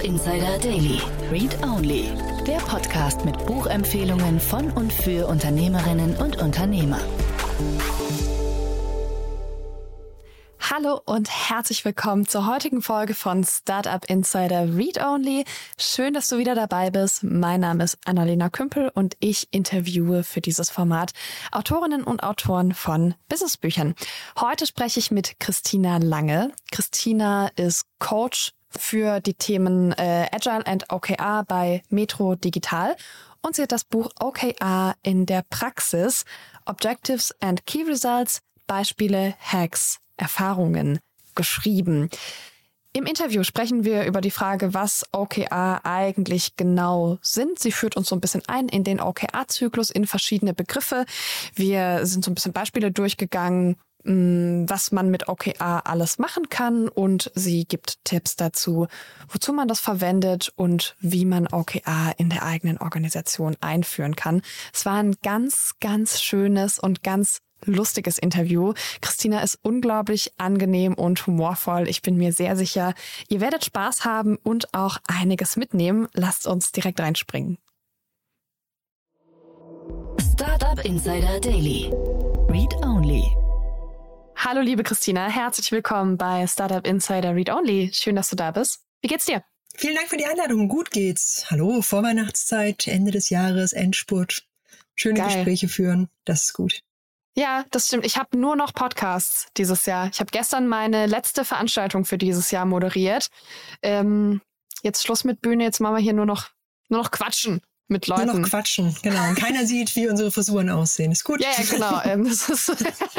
Insider Daily. Read Only. Der Podcast mit Buchempfehlungen von und für Unternehmerinnen und Unternehmer. Hallo und herzlich willkommen zur heutigen Folge von Startup Insider Read Only. Schön, dass du wieder dabei bist. Mein Name ist Annalena Kümpel und ich interviewe für dieses Format Autorinnen und Autoren von Businessbüchern. Heute spreche ich mit Christina Lange. Christina ist Coach für die Themen Agile and OKR bei Metro Digital und sie hat das Buch OKR in der Praxis, Objectives and Key Results, Beispiele, Hacks, Erfahrungen geschrieben. Im Interview sprechen wir über die Frage, was OKR eigentlich genau sind. Sie führt uns so ein bisschen ein in den OKR-Zyklus, in verschiedene Begriffe. Wir sind so ein bisschen Beispiele durchgegangen, was man mit OKR alles machen kann, und sie gibt Tipps dazu, wozu man das verwendet und wie man OKR in der eigenen Organisation einführen kann. Es war ein ganz, ganz schönes und ganz lustiges Interview. Christina ist unglaublich angenehm und humorvoll. Ich bin mir sehr sicher, ihr werdet Spaß haben und auch einiges mitnehmen. Lasst uns direkt reinspringen. Startup Insider Daily. Read Only. Hallo liebe Christina, herzlich willkommen bei Startup Insider Read Only. Schön, dass du da bist. Wie geht's dir? Vielen Dank für die Einladung. Gut geht's. Hallo, Vorweihnachtszeit, Ende des Jahres, Endspurt. Schöne Geil. Gespräche führen, das ist gut. Ja, das stimmt. Ich habe nur noch Podcasts dieses Jahr. Ich habe gestern meine letzte Veranstaltung für dieses Jahr moderiert. Jetzt Schluss mit Bühne, jetzt machen wir hier nur noch quatschen mit Leuten. Nur noch quatschen, genau. Und keiner sieht, wie unsere Frisuren aussehen. Ist gut. Ja, genau. Das ist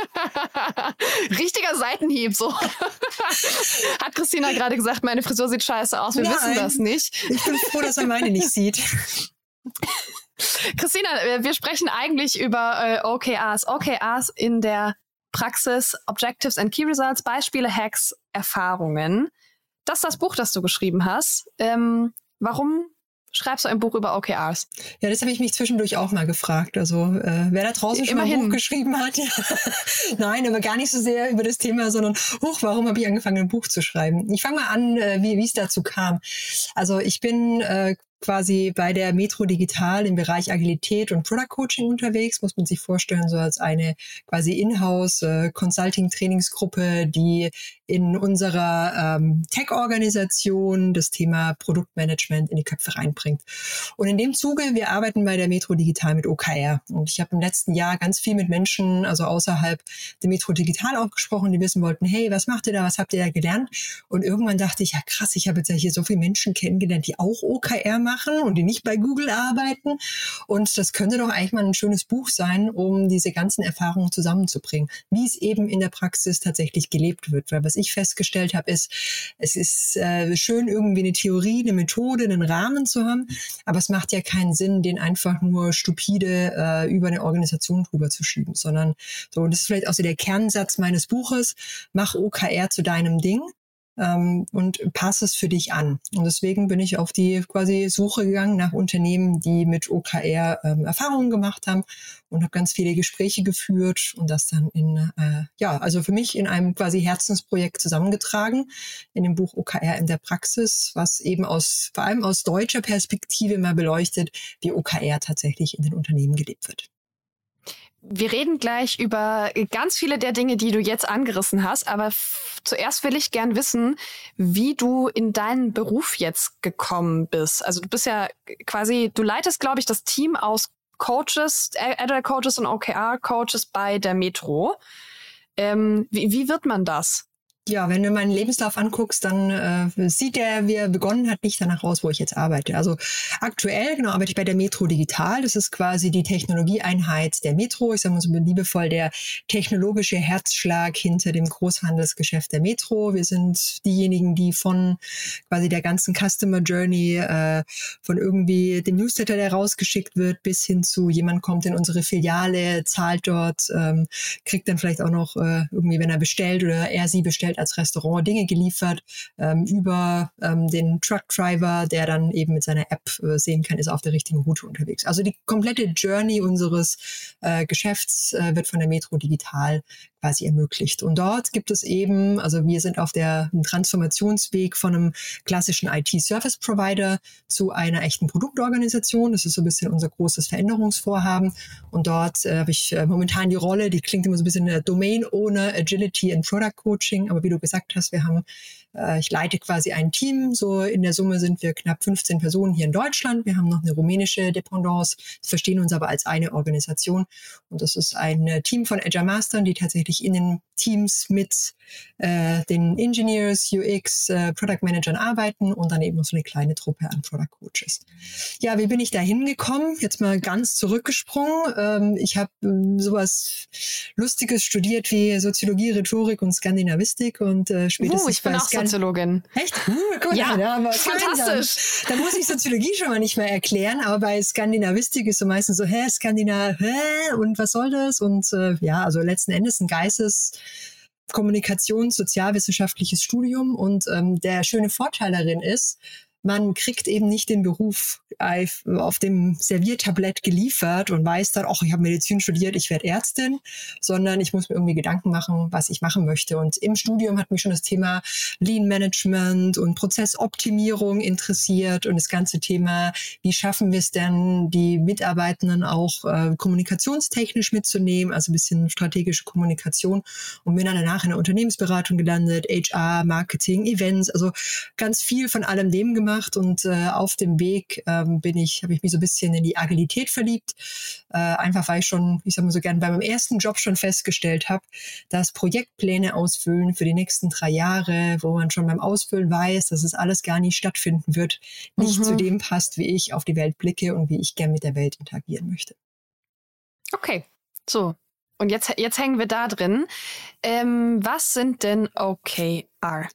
richtiger Seitenhieb. So hat Christina gerade gesagt, meine Frisur sieht scheiße aus. Wir wissen das nicht. Ich bin froh, dass man meine nicht sieht. Christina, wir sprechen eigentlich über OKRs in der Praxis, Objectives and Key Results, Beispiele, Hacks, Erfahrungen. Das ist das Buch, das du geschrieben hast. Warum schreibst du ein Buch über OKRs? Ja, das habe ich mich zwischendurch auch mal gefragt. Also wer da draußen schon mal ein Buch geschrieben hat. Ja. Nein, aber gar nicht so sehr über das Thema, sondern warum habe ich angefangen, ein Buch zu schreiben? Ich fange mal an, wie es dazu kam. Also ich bin quasi bei der Metro Digital im Bereich Agilität und Product Coaching unterwegs, muss man sich vorstellen, so als eine quasi Inhouse Consulting Trainingsgruppe, die in unserer Tech-Organisation das Thema Produktmanagement in die Köpfe reinbringt. Und in dem Zuge, wir arbeiten bei der Metro Digital mit OKR. Und ich habe im letzten Jahr ganz viel mit Menschen, also außerhalb der Metro Digital auch gesprochen, die wissen wollten, hey, was macht ihr da, was habt ihr da gelernt? Und irgendwann dachte ich, ja krass, ich habe jetzt ja hier so viele Menschen kennengelernt, die auch OKR machen und die nicht bei Google arbeiten. Und das könnte doch eigentlich mal ein schönes Buch sein, um diese ganzen Erfahrungen zusammenzubringen, wie es eben in der Praxis tatsächlich gelebt wird. Weil was ich festgestellt habe, ist, es ist schön, irgendwie eine Theorie, eine Methode, einen Rahmen zu haben, aber es macht ja keinen Sinn, den einfach nur stupide über eine Organisation drüber zu schieben, sondern so, und das ist vielleicht auch so der Kernsatz meines Buches: Mach OKR zu deinem Ding und pass es für dich an. Und deswegen bin ich auf die quasi Suche gegangen nach Unternehmen, die mit OKR Erfahrungen gemacht haben, und habe ganz viele Gespräche geführt und das dann also für mich in einem quasi Herzensprojekt zusammengetragen, in dem Buch OKR in der Praxis, was eben vor allem aus deutscher Perspektive mal beleuchtet, wie OKR tatsächlich in den Unternehmen gelebt wird. Wir reden gleich über ganz viele der Dinge, die du jetzt angerissen hast, aber zuerst will ich gern wissen, wie du in deinen Beruf jetzt gekommen bist. Also du bist ja quasi, du leitest, glaube ich, das Team aus Coaches, Agile Coaches und OKR Coaches bei der Metro. Wie wird man das? Ja, wenn du meinen Lebenslauf anguckst, dann sieht der, wie er begonnen hat, nicht danach aus, wo ich jetzt arbeite. Also aktuell arbeite ich bei der Metro Digital. Das ist quasi die Technologieeinheit der Metro. Ich sage mal so liebevoll der technologische Herzschlag hinter dem Großhandelsgeschäft der Metro. Wir sind diejenigen, die von quasi der ganzen Customer Journey, von irgendwie dem Newsletter, der rausgeschickt wird, bis hin zu jemand kommt in unsere Filiale, zahlt dort, kriegt dann vielleicht auch noch irgendwie, wenn er bestellt oder er sie bestellt, als Restaurant Dinge geliefert, über den Truckdriver, der dann eben mit seiner App sehen kann, ist er auf der richtigen Route unterwegs. Also die komplette Journey unseres Geschäfts wird von der Metro Digital quasi ermöglicht. Und dort gibt es eben, also wir sind auf der Transformationsweg von einem klassischen IT-Service-Provider zu einer echten Produktorganisation. Das ist so ein bisschen unser großes Veränderungsvorhaben. Und dort habe ich momentan die Rolle, die klingt immer so ein bisschen Domain Owner, Agility and Product Coaching. Aber wie du gesagt hast, ich leite quasi ein Team. So in der Summe sind wir knapp 15 Personen hier in Deutschland. Wir haben noch eine rumänische Dependance, verstehen uns aber als eine Organisation. Und das ist ein Team von Agile Mastern, die tatsächlich in den Teams mit den Engineers, UX, Product Managern arbeiten und dann eben noch so eine kleine Truppe an Product Coaches. Ja, wie bin ich da hingekommen? Jetzt mal ganz zurückgesprungen. Ich habe sowas Lustiges studiert wie Soziologie, Rhetorik und Skandinavistik und spätestens ich bin auch Soziologin. Echt? Gut, ja, aber fantastisch. Dann muss ich Soziologie schon mal nicht mehr erklären, aber bei Skandinavistik ist so meistens so, und was soll das? Und also letzten Endes ein Kommunikations-, sozialwissenschaftliches Studium und der schöne Vorteil darin ist, man kriegt eben nicht den Beruf auf dem Serviertablett geliefert und weiß dann, ich habe Medizin studiert, ich werde Ärztin, sondern ich muss mir irgendwie Gedanken machen, was ich machen möchte. Und im Studium hat mich schon das Thema Lean Management und Prozessoptimierung interessiert und das ganze Thema, wie schaffen wir es denn, die Mitarbeitenden auch kommunikationstechnisch mitzunehmen, also ein bisschen strategische Kommunikation, und bin dann danach in der Unternehmensberatung gelandet, HR, Marketing, Events, also ganz viel von allem dem gemacht. Und auf dem Weg habe ich mich so ein bisschen in die Agilität verliebt. Einfach weil ich schon, ich sag mal so gern, bei meinem ersten Job schon festgestellt habe, dass Projektpläne ausfüllen für die nächsten 3 Jahre, wo man schon beim Ausfüllen weiß, dass es alles gar nicht stattfinden wird, nicht zu dem passt, wie ich auf die Welt blicke und wie ich gern mit der Welt interagieren möchte. Okay, so. Und jetzt hängen wir da drin. Was sind denn OKR?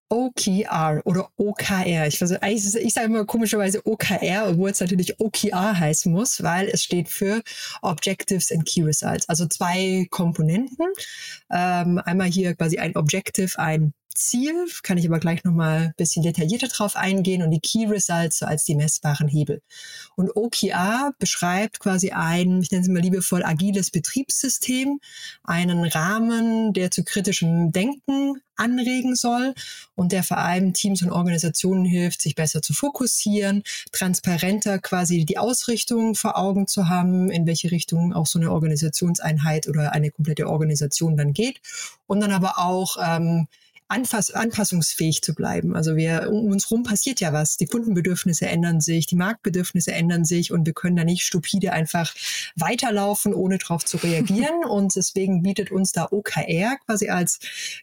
OKR oder OKR. Ich sage immer komischerweise OKR, obwohl es natürlich OKR heißen muss, weil es steht für Objectives and Key Results. Also 2 Komponenten. Einmal hier quasi ein Objective, ein Ziel, kann ich aber gleich nochmal ein bisschen detaillierter drauf eingehen, und die Key Results so als die messbaren Hebel. Und OKR beschreibt quasi ich nenne es mal liebevoll, agiles Betriebssystem, einen Rahmen, der zu kritischem Denken anregen soll und der vor allem Teams und Organisationen hilft, sich besser zu fokussieren, transparenter quasi die Ausrichtung vor Augen zu haben, in welche Richtung auch so eine Organisationseinheit oder eine komplette Organisation dann geht, und dann aber auch anpassungsfähig zu bleiben. Also um uns rum passiert ja was. Die Kundenbedürfnisse ändern sich, die Marktbedürfnisse ändern sich und wir können da nicht stupide einfach weiterlaufen, ohne drauf zu reagieren. Und deswegen bietet uns da OKR quasi als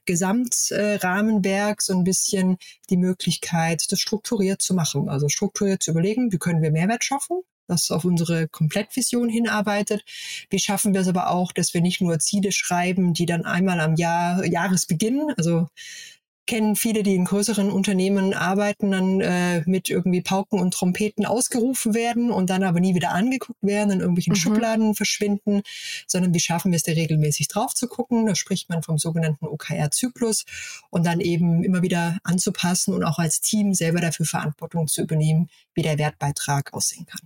Gesamtrahmenwerk so ein bisschen die Möglichkeit, das strukturiert zu machen. Also strukturiert zu überlegen, wie können wir Mehrwert schaffen, das auf unsere Komplettvision hinarbeitet. Wie schaffen wir es aber auch, dass wir nicht nur Ziele schreiben, die dann einmal am Jahresbeginn, also kennen viele, die in größeren Unternehmen arbeiten, dann mit irgendwie Pauken und Trompeten ausgerufen werden und dann aber nie wieder angeguckt werden, in irgendwelchen Schubladen verschwinden, sondern wie schaffen wir es, da regelmäßig drauf zu gucken. Da spricht man vom sogenannten OKR-Zyklus und dann eben immer wieder anzupassen und auch als Team selber dafür Verantwortung zu übernehmen, wie der Wertbeitrag aussehen kann.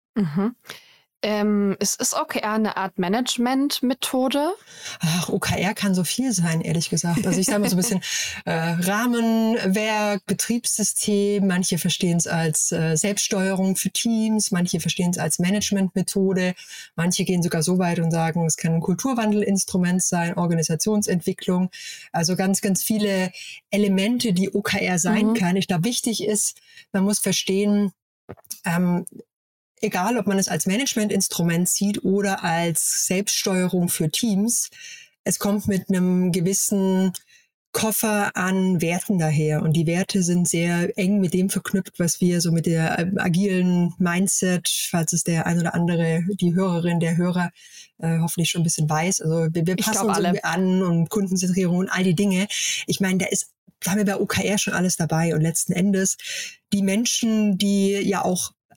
Ist OKR eine Art Management-Methode? OKR kann so viel sein, ehrlich gesagt. Also ich sage mal so ein bisschen Rahmenwerk, Betriebssystem. Manche verstehen es als Selbststeuerung für Teams, manche verstehen es als Management-Methode. Manche gehen sogar so weit und sagen, es kann ein Kulturwandelinstrument sein, Organisationsentwicklung. Also ganz, ganz viele Elemente, die OKR sein kann. Ich glaube, wichtig ist, man muss verstehen, egal ob man es als Managementinstrument sieht oder als Selbststeuerung für Teams, es kommt mit einem gewissen Koffer an Werten daher. Und die Werte sind sehr eng mit dem verknüpft, was wir so mit der agilen Mindset, falls es der ein oder andere, die Hörerin, der Hörer hoffentlich schon ein bisschen weiß. Also wir passen uns irgendwie an und Kundenzentrierung und all die Dinge. Ich meine, da haben wir bei OKR schon alles dabei. Und letzten Endes die Menschen, die ja auch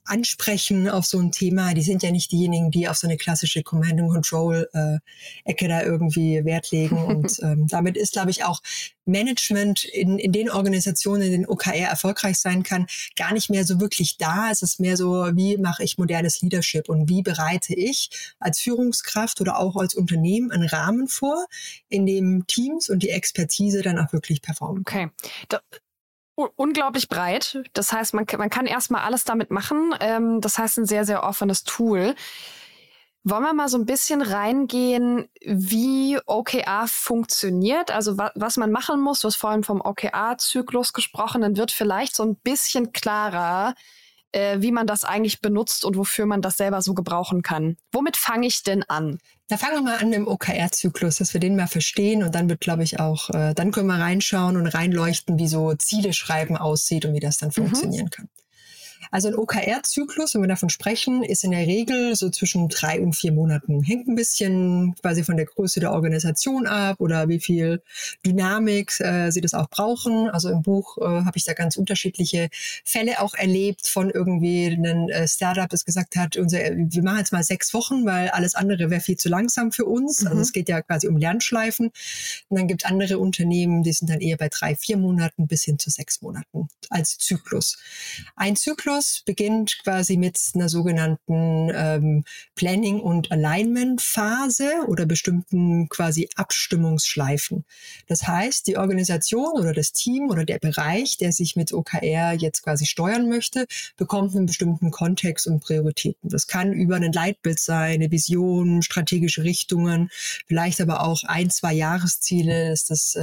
ansprechen auf so ein Thema, die sind ja nicht diejenigen, die auf so eine klassische Command-and-Control-Ecke da irgendwie Wert legen. Und damit ist, glaube ich, auch Management in den Organisationen, in denen OKR erfolgreich sein kann, gar nicht mehr so wirklich da. Es ist mehr so, wie mache ich modernes Leadership und wie bereite ich als Führungskraft oder auch als Unternehmen einen Rahmen vor, in dem Teams und die Expertise dann auch wirklich performen. Okay. Unglaublich breit. Das heißt, man kann erstmal alles damit machen. Das heißt, ein sehr, sehr offenes Tool. Wollen wir mal so ein bisschen reingehen, wie OKR funktioniert? Also was man machen muss, du hast vorhin vom OKR-Zyklus gesprochen, dann wird vielleicht so ein bisschen klarer, wie man das eigentlich benutzt und wofür man das selber so gebrauchen kann. Womit fange ich denn an? Da fangen wir mal an mit dem OKR-Zyklus, dass wir den mal verstehen und dann wird, glaube ich, auch, dann können wir reinschauen und reinleuchten, wie so Ziele schreiben aussieht und wie das dann funktionieren kann. Also ein OKR-Zyklus, wenn wir davon sprechen, ist in der Regel so zwischen 3 und 4 Monaten. Hängt ein bisschen quasi von der Größe der Organisation ab oder wie viel Dynamik sie das auch brauchen. Also im Buch habe ich da ganz unterschiedliche Fälle auch erlebt von irgendwie einem Startup, das gesagt hat, wir machen jetzt mal 6 Wochen, weil alles andere wäre viel zu langsam für uns. Also es geht ja quasi um Lernschleifen. Und dann gibt es andere Unternehmen, die sind dann eher bei 3, 4 Monaten bis hin zu 6 Monaten als Zyklus. Ein Zyklus beginnt quasi mit einer sogenannten Planning- und Alignment-Phase oder bestimmten quasi Abstimmungsschleifen. Das heißt, die Organisation oder das Team oder der Bereich, der sich mit OKR jetzt quasi steuern möchte, bekommt einen bestimmten Kontext und Prioritäten. Das kann über ein Leitbild sein, eine Vision, strategische Richtungen, vielleicht aber auch 1, 2 Jahresziele, dass das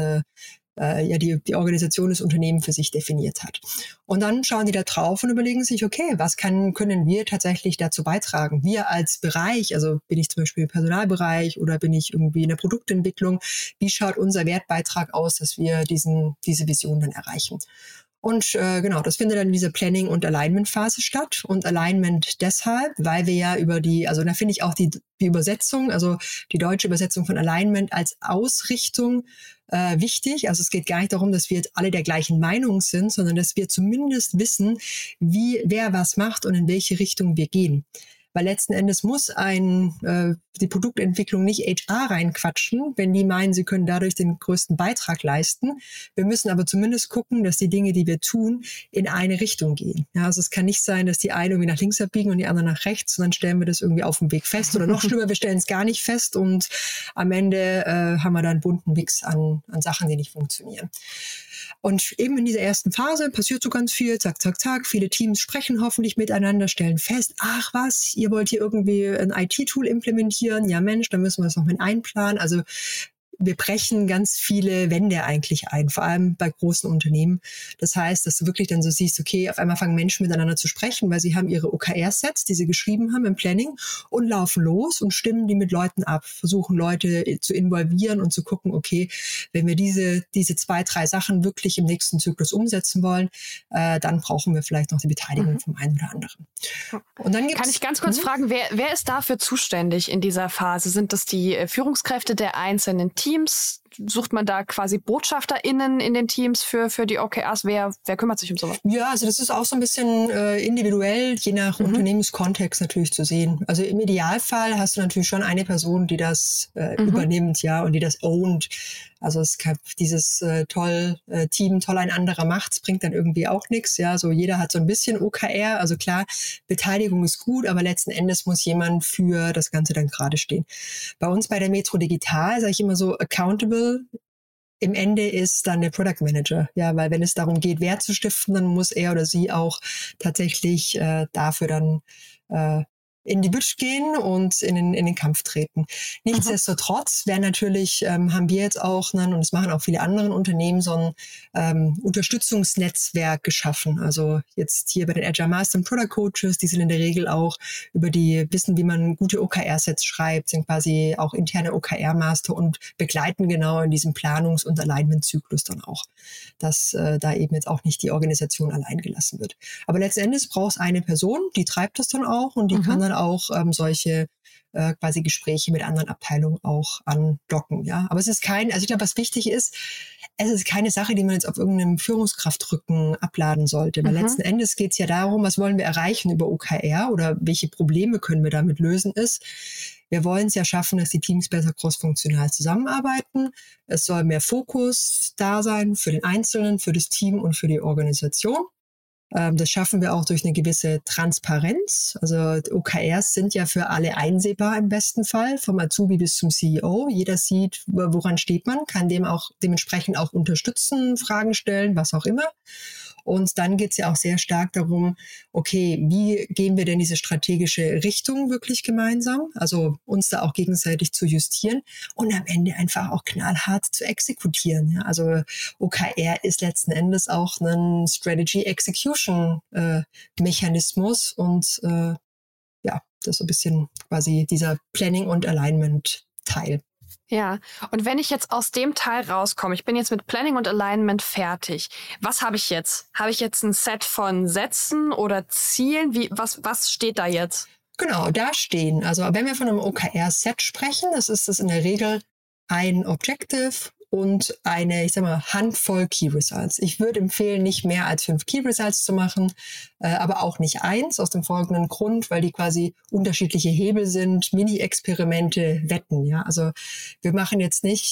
die Organisation des Unternehmens für sich definiert hat. Und dann schauen die da drauf und überlegen sich, okay, was können wir tatsächlich dazu beitragen? Wir als Bereich, also bin ich zum Beispiel im Personalbereich oder bin ich irgendwie in der Produktentwicklung, wie schaut unser Wertbeitrag aus, dass wir diese Vision dann erreichen? Und das findet dann in dieser Planning- und Alignment-Phase statt. Und Alignment deshalb, weil wir ja da finde ich auch die Übersetzung, also die deutsche Übersetzung von Alignment als Ausrichtung wichtig. Also es geht gar nicht darum, dass wir jetzt alle der gleichen Meinung sind, sondern dass wir zumindest wissen, wer was macht und in welche Richtung wir gehen. Weil letzten Endes muss die Produktentwicklung nicht HR reinquatschen, wenn die meinen, sie können dadurch den größten Beitrag leisten. Wir müssen aber zumindest gucken, dass die Dinge, die wir tun, in eine Richtung gehen. Ja, also es kann nicht sein, dass die einen irgendwie nach links abbiegen und die anderen nach rechts und dann stellen wir das irgendwie auf dem Weg fest. Oder noch schlimmer, wir stellen es gar nicht fest und am Ende haben wir da einen bunten Mix an Sachen, die nicht funktionieren. Und eben in dieser ersten Phase passiert so ganz viel, zack, zack, zack. Viele Teams sprechen hoffentlich miteinander, stellen fest, ach was, ihr wollt hier irgendwie ein IT-Tool implementieren? Ja Mensch, dann müssen wir das noch mit einplanen. Also wir brechen ganz viele Wände eigentlich ein, vor allem bei großen Unternehmen. Das heißt, dass du wirklich dann so siehst, okay, auf einmal fangen Menschen miteinander zu sprechen, weil sie haben ihre OKR-Sets, die sie geschrieben haben im Planning und laufen los und stimmen die mit Leuten ab, versuchen Leute zu involvieren und zu gucken, okay, wenn wir diese 2, 3 Sachen wirklich im nächsten Zyklus umsetzen wollen, dann brauchen wir vielleicht noch die Beteiligung vom einen oder anderen. Und dann kann ich ganz kurz fragen, wer ist dafür zuständig in dieser Phase? Sind das die Führungskräfte der einzelnen Teams? Sucht man da quasi BotschafterInnen in den Teams für die OKRs? Wer kümmert sich um sowas? Ja, also das ist auch so ein bisschen individuell, je nach Unternehmenskontext natürlich zu sehen. Also im Idealfall hast du natürlich schon eine Person, die das übernimmt, ja, und die das ownt. Also es kann dieses Team toll ein anderer macht's, bringt dann irgendwie auch nichts. Ja, so jeder hat so ein bisschen OKR. Also klar, Beteiligung ist gut, aber letzten Endes muss jemand für das Ganze dann gerade stehen. Bei uns bei der Metro Digital sage ich immer so, accountable im Ende ist dann der Product Manager. Ja, weil wenn es darum geht, Wert zu stiften, dann muss er oder sie auch tatsächlich dafür dann in die Büsche gehen und in den Kampf treten. Nichtsdestotrotz wäre natürlich, haben wir jetzt auch, und das machen auch viele andere Unternehmen, so ein Unterstützungsnetzwerk geschaffen. Also jetzt hier bei den Agile Master und Product Coaches, die sind in der Regel auch wissen, wie man gute OKR-Sets schreibt, sind quasi auch interne OKR-Master und begleiten genau in diesem Planungs- und Alignment-Zyklus dann auch, dass da eben jetzt auch nicht die Organisation allein gelassen wird. Aber letzten Endes braucht es eine Person, die treibt das dann auch und die kann dann auch solche quasi Gespräche mit anderen Abteilungen auch andocken. Ja, aber es ist also ich glaube, was wichtig ist, es ist keine Sache, die man jetzt auf irgendeinem Führungskraftrücken abladen sollte. Weil letzten Endes geht es ja darum, was wollen wir erreichen über OKR oder welche Probleme können wir damit lösen ist. Wir wollen es ja schaffen, dass die Teams besser crossfunktional zusammenarbeiten. Es soll mehr Fokus da sein für den Einzelnen, für das Team und für die Organisation. Das schaffen wir auch durch eine gewisse Transparenz. Also OKRs sind ja für alle einsehbar im besten Fall, vom Azubi bis zum CEO. Jeder sieht, woran steht man, kann dem auch dementsprechend auch unterstützen, Fragen stellen, was auch immer. Und dann geht es ja auch sehr stark darum, okay, wie gehen wir denn diese strategische Richtung wirklich gemeinsam? Also uns da auch gegenseitig zu justieren und am Ende einfach auch knallhart zu exekutieren. Ja? Also OKR ist letzten Endes auch ein Strategy Execution Mechanismus und ja, das ist so ein bisschen quasi dieser Planning und Alignment Teil. Ja, und wenn ich jetzt aus dem Teil rauskomme, ich bin jetzt mit Planning und Alignment fertig, was habe ich jetzt? Habe ich jetzt ein Set von Sätzen oder Zielen? Was steht da jetzt? Genau, da stehen, also wenn wir von einem OKR-Set sprechen, das ist das in der Regel ein Objective und eine, ich sag mal, Handvoll Key Results. Ich würde empfehlen, nicht mehr als 5 Key Results zu machen, aber auch nicht 1, aus dem folgenden Grund, weil die quasi unterschiedliche Hebel sind, Mini-Experimente, Wetten. Ja, also wir machen jetzt nicht,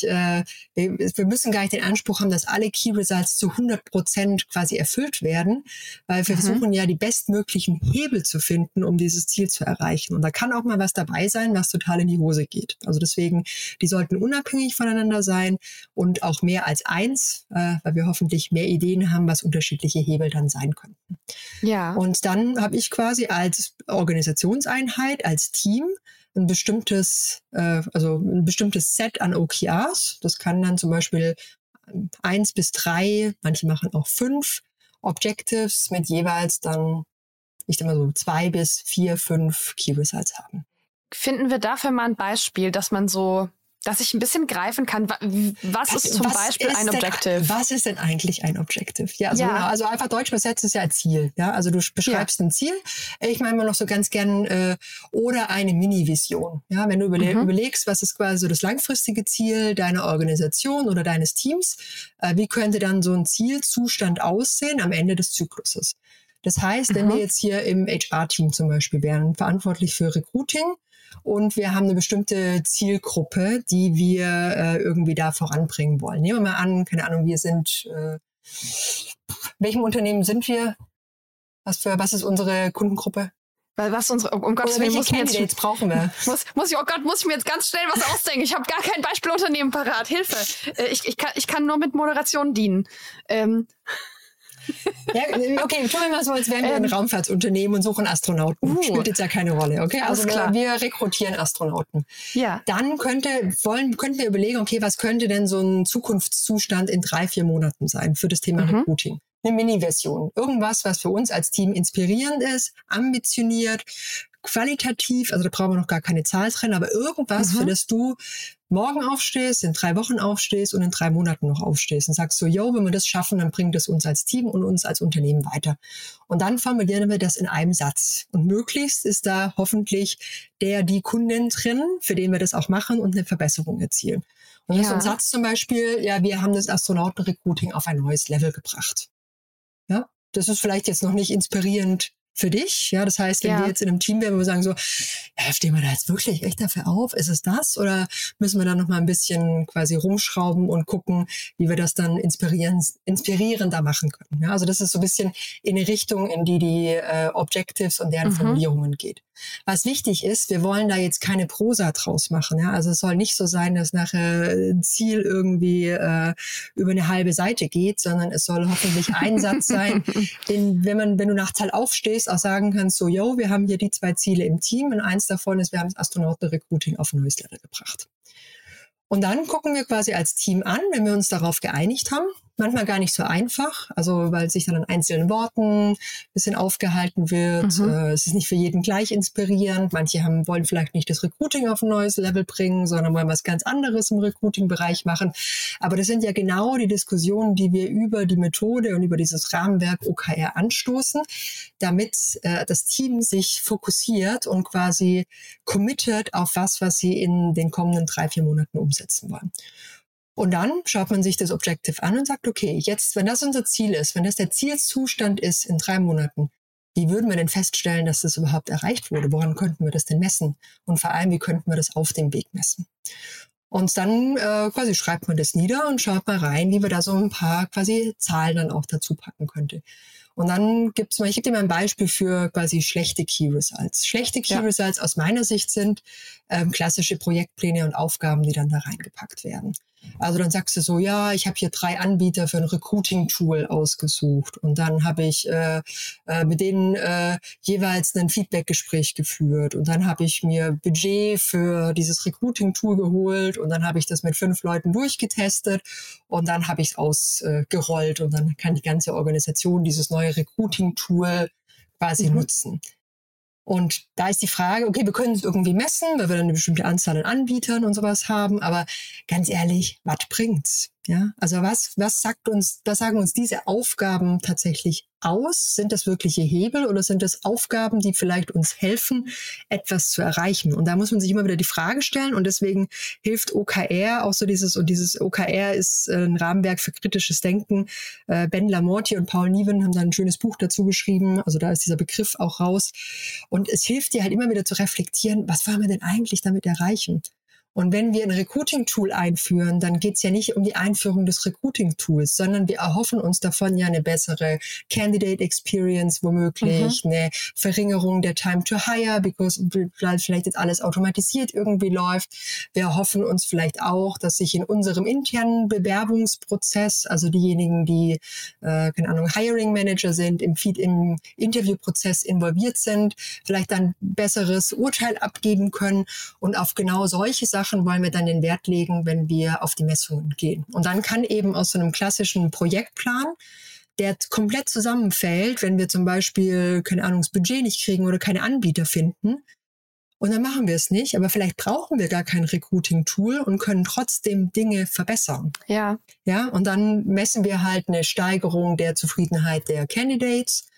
wir müssen gar nicht den Anspruch haben, dass alle Key Results zu 100% quasi erfüllt werden, weil wir versuchen ja die bestmöglichen Hebel zu finden, um dieses Ziel zu erreichen. Und da kann auch mal was dabei sein, was total in die Hose geht. Also deswegen, die sollten unabhängig voneinander sein und auch mehr als 1, weil wir hoffentlich mehr Ideen haben, was unterschiedliche Hebel dann sein könnten. Ja. Und dann habe ich quasi als Organisationseinheit, als Team ein bestimmtes Set an OKRs. Das kann dann zum Beispiel 1 bis 3, manche machen auch 5 Objectives mit jeweils dann, ich sag mal so 2 bis 4, 5 Key Results haben. Finden wir dafür mal ein Beispiel, dass ich ein bisschen greifen kann, was ist zum Beispiel ein Objective? Was ist denn eigentlich ein Objective? Ja, also, genau, also einfach deutsch übersetzt ist ja ein Ziel. Ja, also du beschreibst ein Ziel. Ich meine mal noch so ganz gern oder eine Mini-Vision. Ja, wenn du überlegst, was ist quasi so das langfristige Ziel deiner Organisation oder deines Teams, wie könnte dann so ein Zielzustand aussehen am Ende des Zykluses? Das heißt, wenn wir jetzt hier im HR-Team zum Beispiel wären, verantwortlich für Recruiting, und wir haben eine bestimmte Zielgruppe, die wir irgendwie da voranbringen wollen. Nehmen wir mal an, keine Ahnung, wir sind, welchem Unternehmen sind wir? Was ist unsere Kundengruppe? Was unsere, um Gottes Willen, jetzt brauchen wir? Muss ich mir jetzt ganz schnell was ausdenken. Ich habe gar kein Beispielunternehmen parat. Hilfe. Ich kann nur mit Moderation dienen. Ja, okay, tun wir mal so, als wären wir ein Raumfahrtsunternehmen und suchen Astronauten. Spielt jetzt ja keine Rolle, okay? Also wir rekrutieren Astronauten. Ja. Dann könnten wir überlegen, okay, was könnte denn so ein Zukunftszustand in 3-4 Monaten sein für das Thema Recruiting? Eine Mini-Version. Irgendwas, was für uns als Team inspirierend ist, ambitioniert, qualitativ, also da brauchen wir noch gar keine Zahl drin, aber irgendwas, für das du morgen aufstehst, in 3 Wochen aufstehst und in 3 Monaten noch aufstehst und sagst so, wenn wir das schaffen, dann bringt das uns als Team und uns als Unternehmen weiter. Und dann formulieren wir das in einem Satz. Und möglichst ist da hoffentlich die Kundin drin, für den wir das auch machen und eine Verbesserung erzielen. Und das ist ein Satz zum Beispiel, wir haben das Astronautenrecruiting auf ein neues Level gebracht. Ja, das ist vielleicht jetzt noch nicht inspirierend für dich. Ja, das heißt, wenn wir jetzt in einem Team wären, wo wir sagen so, stehen wir da jetzt wirklich echt dafür auf? Ist es das? Oder müssen wir da noch mal ein bisschen quasi rumschrauben und gucken, wie wir das dann inspirierender machen können? Ja, also das ist so ein bisschen in eine Richtung, in die Objectives und deren Formulierungen geht. Was wichtig ist, wir wollen da jetzt keine Prosa draus machen. Ja? Also es soll nicht so sein, dass nachher ein Ziel irgendwie über eine halbe Seite geht, sondern es soll hoffentlich ein Satz sein, wenn du nachts halt aufstehst, auch sagen kannst, so, wir haben hier die 2 Ziele im Team und eins davon ist, wir haben das Astronautenrecruiting auf ein neues Level gebracht. Und dann gucken wir quasi als Team an, wenn wir uns darauf geeinigt haben, manchmal gar nicht so einfach, also weil sich dann an einzelnen Worten ein bisschen aufgehalten wird. Es ist nicht für jeden gleich inspirierend. Manche wollen vielleicht nicht das Recruiting auf ein neues Level bringen, sondern wollen was ganz anderes im Recruiting-Bereich machen. Aber das sind ja genau die Diskussionen, die wir über die Methode und über dieses Rahmenwerk OKR anstoßen, damit das Team sich fokussiert und quasi committet auf was sie in den kommenden 3-4 Monaten umsetzen wollen. Und dann schaut man sich das Objective an und sagt, okay, jetzt, wenn das unser Ziel ist, wenn das der Zielzustand ist in 3 Monaten, wie würden wir denn feststellen, dass das überhaupt erreicht wurde? Woran könnten wir das denn messen? Und vor allem, wie könnten wir das auf dem Weg messen? Und dann quasi schreibt man das nieder und schaut mal rein, wie wir da so ein paar quasi Zahlen dann auch dazu packen könnte. Und dann ich gebe dir mal ein Beispiel für quasi schlechte Key Results. Schlechte Key Results aus meiner Sicht sind klassische Projektpläne und Aufgaben, die dann da reingepackt werden. Also dann sagst du so, ja, ich habe hier 3 Anbieter für ein Recruiting-Tool ausgesucht und dann habe ich mit denen jeweils ein Feedback-Gespräch geführt und dann habe ich mir Budget für dieses Recruiting-Tool geholt und dann habe ich das mit 5 Leuten durchgetestet und dann habe ich es ausgerollt und dann kann die ganze Organisation dieses neue Recruiting-Tool quasi nutzen. Und da ist die Frage, okay, wir können es irgendwie messen, weil wir dann eine bestimmte Anzahl an Anbietern und sowas haben, aber ganz ehrlich, was bringt's? Ja, also was sagen uns diese Aufgaben tatsächlich aus? Sind das wirkliche Hebel oder sind das Aufgaben, die vielleicht uns helfen, etwas zu erreichen? Und da muss man sich immer wieder die Frage stellen und deswegen hilft OKR auch so dieses OKR ist ein Rahmenwerk für kritisches Denken. Ben Lamorty und Paul Niven haben da ein schönes Buch dazu geschrieben, also da ist dieser Begriff auch raus. Und es hilft dir halt immer wieder zu reflektieren, was wollen wir denn eigentlich damit erreichen? Und wenn wir ein Recruiting-Tool einführen, dann geht es ja nicht um die Einführung des Recruiting-Tools, sondern wir erhoffen uns davon ja eine bessere Candidate Experience womöglich, eine Verringerung der Time to Hire, weil vielleicht jetzt alles automatisiert irgendwie läuft. Wir erhoffen uns vielleicht auch, dass sich in unserem internen Bewerbungsprozess, also diejenigen, die, Hiring Manager sind, im Interviewprozess involviert sind, vielleicht dann besseres Urteil abgeben können und auf genau solche Sachen wollen wir dann den Wert legen, wenn wir auf die Messungen gehen. Und dann kann eben aus so einem klassischen Projektplan, der komplett zusammenfällt, wenn wir zum Beispiel, das Budget nicht kriegen oder keine Anbieter finden. Und dann machen wir es nicht, aber vielleicht brauchen wir gar kein Recruiting-Tool und können trotzdem Dinge verbessern. Ja, und dann messen wir halt eine Steigerung der Zufriedenheit der Candidates.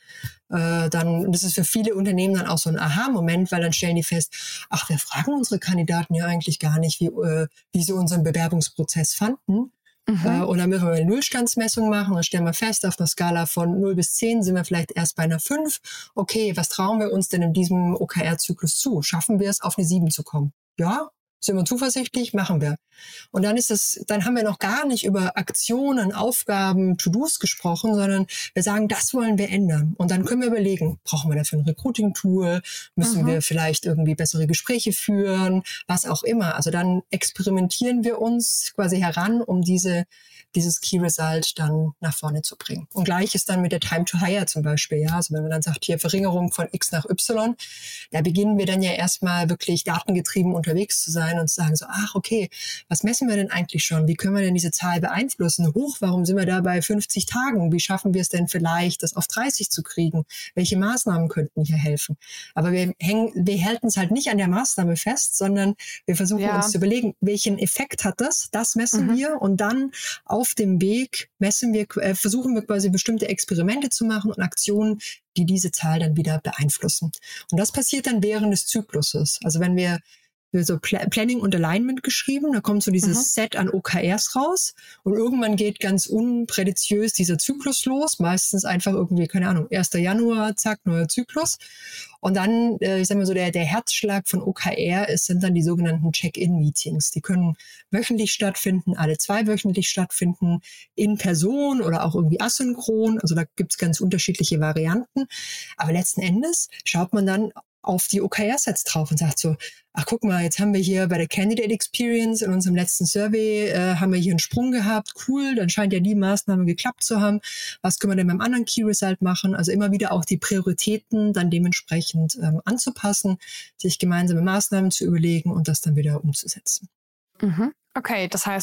Das ist für viele Unternehmen dann auch so ein Aha-Moment, weil dann stellen die fest, ach, wir fragen unsere Kandidaten ja eigentlich gar nicht, wie sie unseren Bewerbungsprozess fanden. Und dann müssen wir eine Nullstandsmessung machen und stellen wir fest, auf einer Skala von 0 bis 10 sind wir vielleicht erst bei einer 5. Okay, was trauen wir uns denn in diesem OKR-Zyklus zu? Schaffen wir es, auf eine 7 zu kommen? Ja, sind wir zuversichtlich? Machen wir. Und dann haben wir noch gar nicht über Aktionen, Aufgaben, To-Dos gesprochen, sondern wir sagen, das wollen wir ändern. Und dann können wir überlegen, brauchen wir dafür ein Recruiting-Tool? Müssen wir vielleicht irgendwie bessere Gespräche führen? Was auch immer. Also dann experimentieren wir uns quasi heran, um dieses Key Result dann nach vorne zu bringen. Und gleich ist dann mit der Time to Hire zum Beispiel, ja, also wenn man dann sagt, hier Verringerung von X nach Y, da beginnen wir dann ja erstmal wirklich datengetrieben unterwegs zu sein und zu sagen so, ach okay, was messen wir denn eigentlich schon? Wie können wir denn diese Zahl beeinflussen? Warum sind wir da bei 50 Tagen? Wie schaffen wir es denn vielleicht, das auf 30 zu kriegen? Welche Maßnahmen könnten hier helfen? Aber wir halten es halt nicht an der Maßnahme fest, sondern wir versuchen uns zu überlegen, welchen Effekt hat das? Das messen wir und dann auf dem Weg versuchen wir quasi bestimmte Experimente zu machen und Aktionen, die diese Zahl dann wieder beeinflussen. Und das passiert dann während des Zykluses. Also wenn wir so Planning und Alignment geschrieben, da kommt so dieses Set an OKRs raus und irgendwann geht ganz unpräditiös dieser Zyklus los, meistens einfach irgendwie, 1. Januar, zack, neuer Zyklus. Und dann, der Herzschlag von OKR sind dann die sogenannten Check-in-Meetings. Die können wöchentlich stattfinden, alle 2 wöchentlich stattfinden, in Person oder auch irgendwie asynchron. Also da gibt's ganz unterschiedliche Varianten. Aber letzten Endes schaut man dann auf die OKR-Sets drauf und sagt so, ach guck mal, jetzt haben wir hier bei der Candidate Experience in unserem letzten Survey, haben wir hier einen Sprung gehabt, cool, dann scheint ja die Maßnahme geklappt zu haben. Was können wir denn beim anderen Key Result machen? Also immer wieder auch die Prioritäten dann dementsprechend anzupassen, sich gemeinsame Maßnahmen zu überlegen und das dann wieder umzusetzen. Okay, das heißt,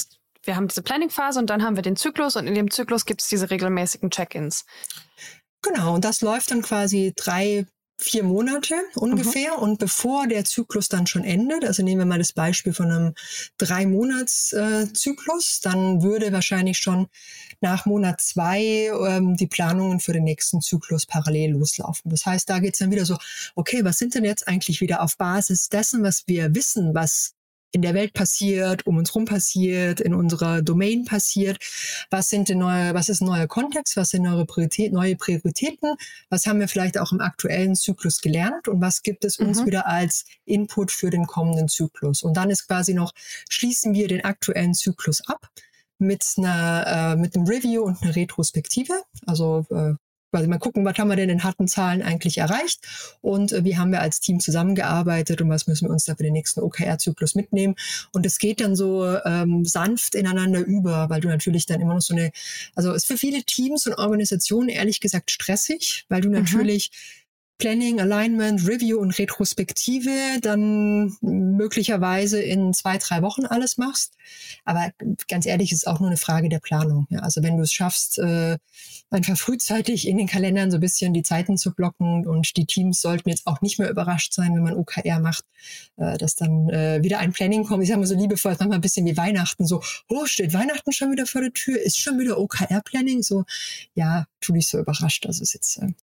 wir haben diese Planning-Phase und dann haben wir den Zyklus und in dem Zyklus gibt es diese regelmäßigen Check-ins. Genau, und das läuft dann quasi 3-4 Monate ungefähr. Und bevor der Zyklus dann schon endet, also nehmen wir mal das Beispiel von einem 3-Monats-Zyklus, dann würde wahrscheinlich schon nach Monat 2 die Planungen für den nächsten Zyklus parallel loslaufen. Das heißt, da geht's dann wieder so, okay, was sind denn jetzt eigentlich wieder auf Basis dessen, was wir wissen, was in der Welt passiert, um uns rum passiert, in unserer Domain passiert. Was ist ein neuer Kontext? Was sind neue Prioritäten? Was haben wir vielleicht auch im aktuellen Zyklus gelernt? Und was gibt es uns wieder als Input für den kommenden Zyklus? Und dann ist quasi noch, schließen wir den aktuellen Zyklus ab mit einem Review und einer Retrospektive. Also quasi mal gucken, was haben wir denn in harten Zahlen eigentlich erreicht und wie haben wir als Team zusammengearbeitet und was müssen wir uns da für den nächsten OKR-Zyklus mitnehmen. Und es geht dann so sanft ineinander über, weil du natürlich dann immer noch also ist für viele Teams und Organisationen ehrlich gesagt stressig, weil du natürlich Planning, Alignment, Review und Retrospektive dann möglicherweise in 2-3 Wochen alles machst. Aber ganz ehrlich, es ist auch nur eine Frage der Planung. Ja, also wenn du es schaffst, einfach frühzeitig in den Kalendern so ein bisschen die Zeiten zu blocken und die Teams sollten jetzt auch nicht mehr überrascht sein, wenn man OKR macht, dass dann wieder ein Planning kommt. Ich sage mal so liebevoll, manchmal ein bisschen wie Weihnachten, so, oh, steht Weihnachten schon wieder vor der Tür? Ist schon wieder OKR-Planning? So, ja, tu dich so überrascht. Also ist jetzt...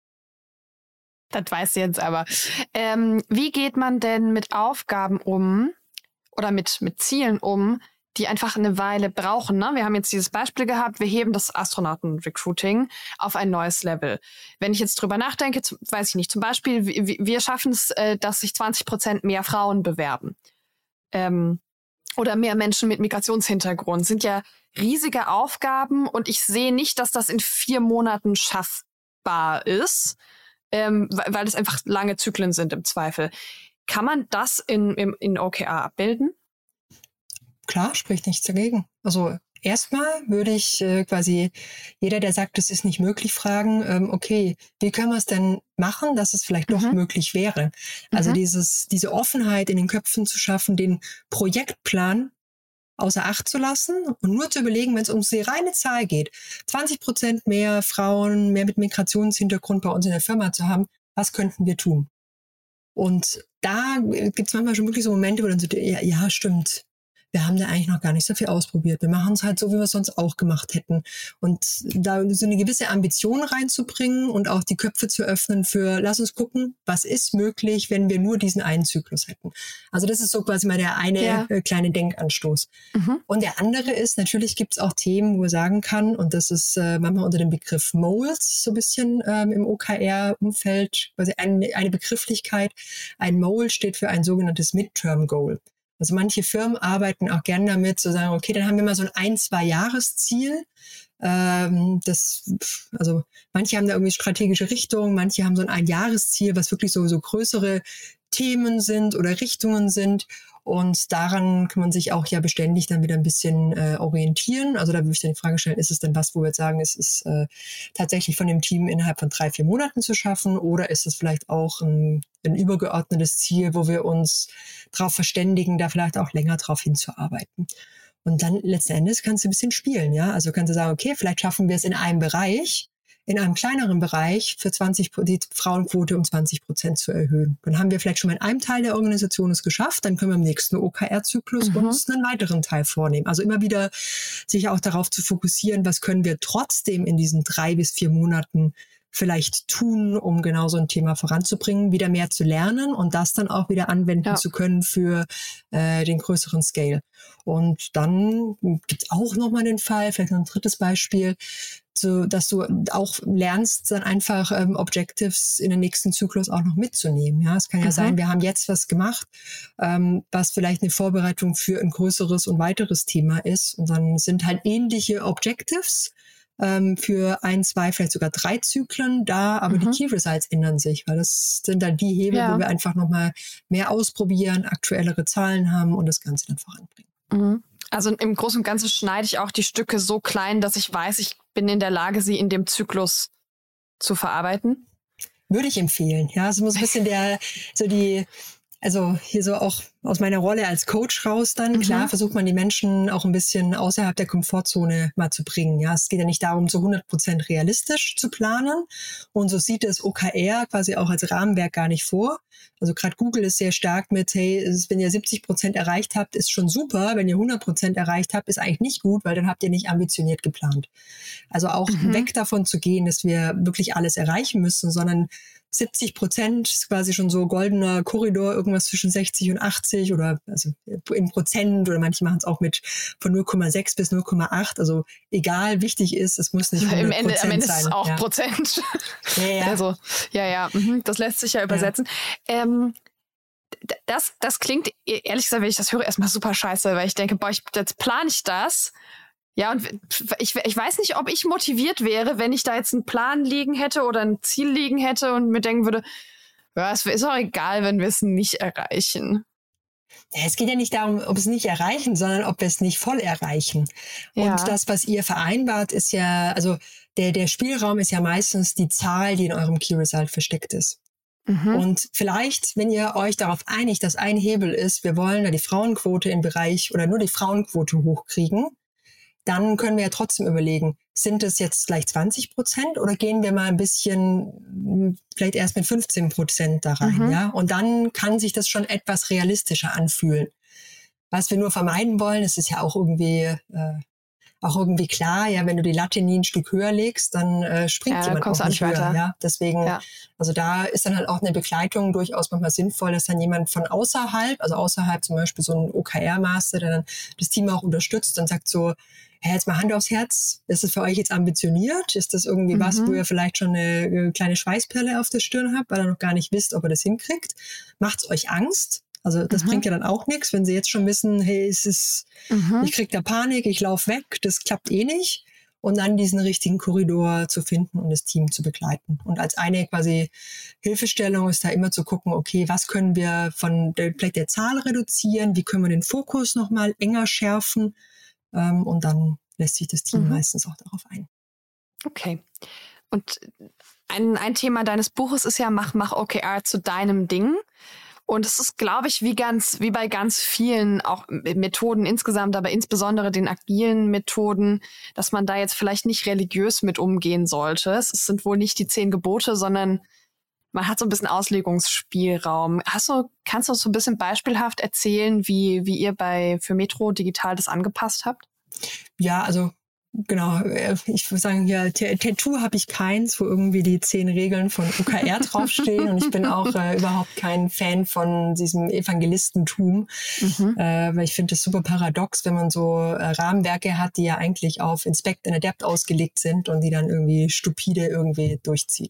Das weiß ich jetzt aber. Wie geht man denn mit Aufgaben um oder mit Zielen um, die einfach eine Weile brauchen? Ne? Wir haben jetzt dieses Beispiel gehabt, wir heben das Astronauten-Recruiting auf ein neues Level. Wenn ich jetzt drüber nachdenke, weiß ich nicht, zum Beispiel, wir schaffen es, dass sich 20% mehr Frauen bewerben. Oder mehr Menschen mit Migrationshintergrund. Sind ja riesige Aufgaben und ich sehe nicht, dass das in 4 Monaten schaffbar ist. Weil es einfach lange Zyklen sind im Zweifel. Kann man das in OKR abbilden? Klar, spricht nichts dagegen. Also erstmal würde ich quasi jeder, der sagt, es ist nicht möglich, fragen, okay, wie können wir es denn machen, dass es vielleicht doch möglich wäre? Also diese Offenheit in den Köpfen zu schaffen, den Projektplan außer Acht zu lassen und nur zu überlegen, wenn es um die reine Zahl geht, 20% mehr Frauen, mehr mit Migrationshintergrund bei uns in der Firma zu haben, was könnten wir tun? Und da gibt es manchmal schon wirklich so Momente, wo dann so, ja, stimmt, wir haben da eigentlich noch gar nicht so viel ausprobiert. Wir machen es halt so, wie wir es sonst auch gemacht hätten. Und da so eine gewisse Ambition reinzubringen und auch die Köpfe zu öffnen für, lass uns gucken, was ist möglich, wenn wir nur diesen einen Zyklus hätten. Also das ist so quasi mal der eine kleine Denkanstoß. Und der andere ist, natürlich gibt es auch Themen, wo man sagen kann, und das ist manchmal unter dem Begriff Moles so ein bisschen im OKR-Umfeld, quasi eine Begrifflichkeit. Ein Mole steht für ein sogenanntes Midterm Goal. Also manche Firmen arbeiten auch gern damit, zu sagen, okay, dann haben wir mal so ein 1-2-Jahres-Ziel. Also manche haben da irgendwie strategische Richtung, manche haben so ein Einjahresziel, was wirklich so größere Themen sind oder Richtungen sind. Und daran kann man sich auch ja beständig dann wieder ein bisschen orientieren. Also da würde ich dann die Frage stellen, ist es denn was, wo wir jetzt sagen, es ist tatsächlich von dem Team innerhalb von 3-4 Monaten zu schaffen? Oder ist es vielleicht auch ein übergeordnetes Ziel, wo wir uns darauf verständigen, da vielleicht auch länger drauf hinzuarbeiten? Und dann letzten Endes kannst du ein bisschen spielen, ja. Also kannst du sagen, okay, vielleicht schaffen wir es in einem Bereich, in einem kleineren Bereich für die Frauenquote um 20% zu erhöhen. Dann haben wir vielleicht schon mal in einem Teil der Organisation es geschafft, dann können wir im nächsten OKR-Zyklus uns einen weiteren Teil vornehmen. Also immer wieder sich auch darauf zu fokussieren, was können wir trotzdem in diesen 3 bis 4 Monaten vielleicht tun, um genau so ein Thema voranzubringen, wieder mehr zu lernen und das dann auch wieder anwenden zu können für den größeren Scale. Und dann gibt es auch nochmal den Fall, vielleicht noch ein drittes Beispiel, so, dass du auch lernst, dann einfach Objectives in den nächsten Zyklus auch noch mitzunehmen. Ja, es kann ja sein, wir haben jetzt was gemacht, was vielleicht eine Vorbereitung für ein größeres und weiteres Thema ist. Und dann sind halt ähnliche Objectives für 1, 2, vielleicht sogar 3 Zyklen da, aber die Key Results ändern sich, weil das sind dann die Hebel, wo wir einfach nochmal mehr ausprobieren, aktuellere Zahlen haben und das Ganze dann voranbringen. Also im Großen und Ganzen schneide ich auch die Stücke so klein, dass ich weiß, ich bin in der Lage, sie in dem Zyklus zu verarbeiten? Würde ich empfehlen. Ja, es muss ein bisschen Also hier so auch aus meiner Rolle als Coach raus dann, klar, versucht man die Menschen auch ein bisschen außerhalb der Komfortzone mal zu bringen. Ja, es geht ja nicht darum, so 100% realistisch zu planen. Und so sieht das OKR quasi auch als Rahmenwerk gar nicht vor. Also gerade Google ist sehr stark mit, hey, wenn ihr 70% erreicht habt, ist schon super. Wenn ihr 100% erreicht habt, ist eigentlich nicht gut, weil dann habt ihr nicht ambitioniert geplant. Also auch weg davon zu gehen, dass wir wirklich alles erreichen müssen, sondern 70% ist quasi schon so goldener Korridor, irgendwas zwischen 60 und 80 oder also in Prozent oder manche machen es auch mit von 0,6 bis 0,8. Also egal, wichtig ist, es muss nicht 100% am Ende sein. ist es auch Prozent. Ja. Also, das lässt sich ja übersetzen. Das klingt, ehrlich gesagt, wenn ich das höre, erstmal super scheiße, weil ich denke, jetzt plane ich das. Ja, und ich weiß nicht, ob ich motiviert wäre, wenn ich da jetzt einen Plan liegen hätte oder ein Ziel liegen hätte und mir denken würde, ja, es ist auch egal, wenn wir es nicht erreichen. Ja, es geht ja nicht darum, ob es nicht erreichen, sondern ob wir es nicht voll erreichen. Ja. Und das, was ihr vereinbart, ist ja, also der Spielraum ist ja meistens die Zahl, die in eurem Key Result versteckt ist. Und vielleicht, wenn ihr euch darauf einigt, dass ein Hebel ist, wir wollen da die Frauenquote im Bereich oder nur die Frauenquote hochkriegen, dann können wir ja trotzdem überlegen, sind es jetzt gleich 20% oder gehen wir mal ein bisschen, vielleicht erst mit 15% da rein, ja? Und dann kann sich das schon etwas realistischer anfühlen. Was wir nur vermeiden wollen, es ist ja auch irgendwie klar, ja, wenn du die Latte nie ein Stück höher legst, dann springt jemand auch nicht höher, ja? Deswegen, also da ist dann halt auch eine Begleitung durchaus manchmal sinnvoll, dass dann jemand von außerhalb, also außerhalb zum Beispiel so ein OKR-Master, der dann das Team auch unterstützt und sagt so, hey, jetzt mal Hand aufs Herz, ist das für euch jetzt ambitioniert? Ist das irgendwie was, wo ihr vielleicht schon eine kleine Schweißperle auf der Stirn habt, weil ihr noch gar nicht wisst, ob ihr das hinkriegt? Macht's euch Angst? Also das bringt ja dann auch nichts, wenn sie jetzt schon wissen, hey, ich krieg da Panik, ich laufe weg, das klappt eh nicht. Und dann diesen richtigen Korridor zu finden und das Team zu begleiten. Und als eine quasi Hilfestellung ist da immer zu gucken, okay, was können wir von vielleicht der Zahl reduzieren, wie können wir den Fokus nochmal enger schärfen, und dann lässt sich das Team meistens auch darauf ein. Okay. Und ein Thema deines Buches ist ja, mach OKR zu deinem Ding. Und es ist, glaube ich, wie bei ganz vielen auch Methoden insgesamt, aber insbesondere den agilen Methoden, dass man da jetzt vielleicht nicht religiös mit umgehen sollte. Es sind wohl nicht die 10 Gebote, sondern man hat so ein bisschen Auslegungsspielraum. Kannst du so ein bisschen beispielhaft erzählen, wie ihr für Metro Digital das angepasst habt? Ja, also genau, ich würde sagen, hier Tattoo habe ich keins, wo irgendwie die 10 Regeln von OKR draufstehen. Und ich bin auch überhaupt kein Fan von diesem Evangelistentum, weil ich finde das super paradox, wenn man so Rahmenwerke hat, die ja eigentlich auf Inspect and Adapt ausgelegt sind und die dann irgendwie stupide irgendwie durchzieht.